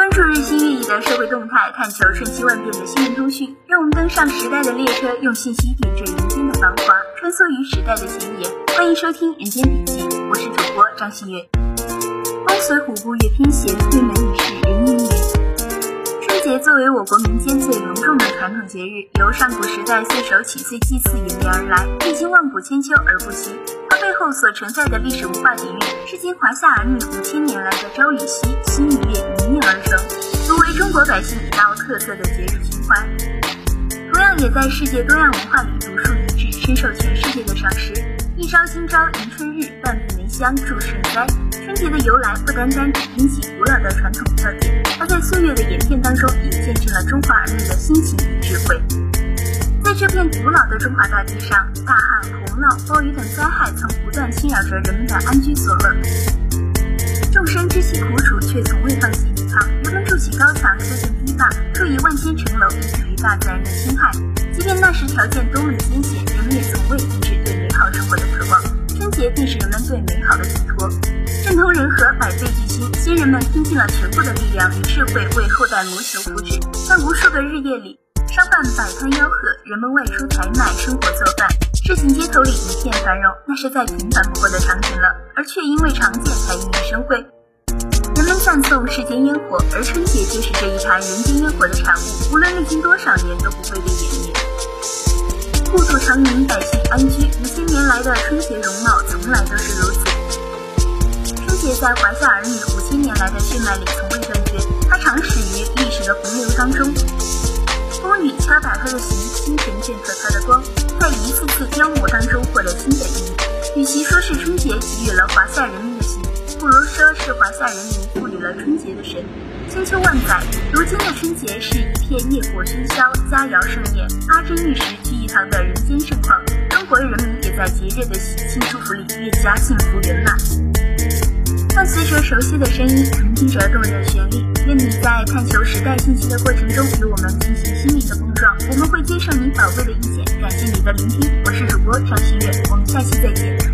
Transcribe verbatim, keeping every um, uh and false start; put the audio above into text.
关注日新月异的社会动态，探求瞬息万变的新闻通讯，让我们登上时代的列车，用信息点缀人间的繁华，穿梭于时代的前沿。欢迎收听《人间笔记》，我是主播张馨月。风随虎步月偏斜，月满已是人应月。春节作为我国民间最隆重的传统节日，由上古时代岁首起岁祭祀演变而来，历经万古千秋而不息。它背后所承载的历史文化底蕴，是经华夏儿女五千年来的朝与夕、夕与月凝练而成，足为中国百姓一道特色的节日情怀。同样也在世界多样文化里独树一帜，深受全世界的赏识。一朝今朝迎春日，半壁梅香祝盛哉。春节的由来不单单只因其古老的传统特点，它在岁月的演变当中也见证了中华儿女的心情与智慧。在这片古老的中华大地上，大旱、洪涝、暴雨等灾害曾不断侵扰着人们的安居所乐。众生知其苦楚，却从未放弃抵抗。人们筑起高墙，修建堤坝，数以万千层楼，以抵御大自然的侵害。即便那时条件多么艰险，人们也从未停止对美好生活的渴望。春节便是人们对美好的寄托。政通人和，百废俱兴，先人们拼尽了全部的力量与智慧，为后代谋求福祉。在无数个日夜里，商贩摆摊吆喝，人们外出采买，生活做饭，市井街头里一片繁荣，那是再平凡不过的场景了，而却因为常见才熠熠生辉。人们赞颂世间烟火，而春节就是这一盘人间烟火的产物，无论历经多少年都不会被湮灭。故土长宁，百姓安居，五千年来的春节容貌从来都是如此。春节在华夏儿女五千年来的血脉里从未断绝，它常始于历史的洪流当中。风雨敲打它的形，星辰镌刻它的光，在一次次雕磨当中获得新的意义。与其说是春节给予了华夏人民的喜，不如说是华夏人民赋予了春节的神。千秋万载，如今的春节是一片业火喧嚣，佳肴盛宴，八珍玉食聚一堂的人间盛况。中国人民也在节日的喜庆祝福里越加幸福圆满。伴随着熟悉的声音，聆听着动人的旋律，愿你在探求时代信息的过程中与我们进行心灵的碰撞，我们会接受你宝贵的意见。感谢你的聆听，我是主播张馨月，我们下期再见。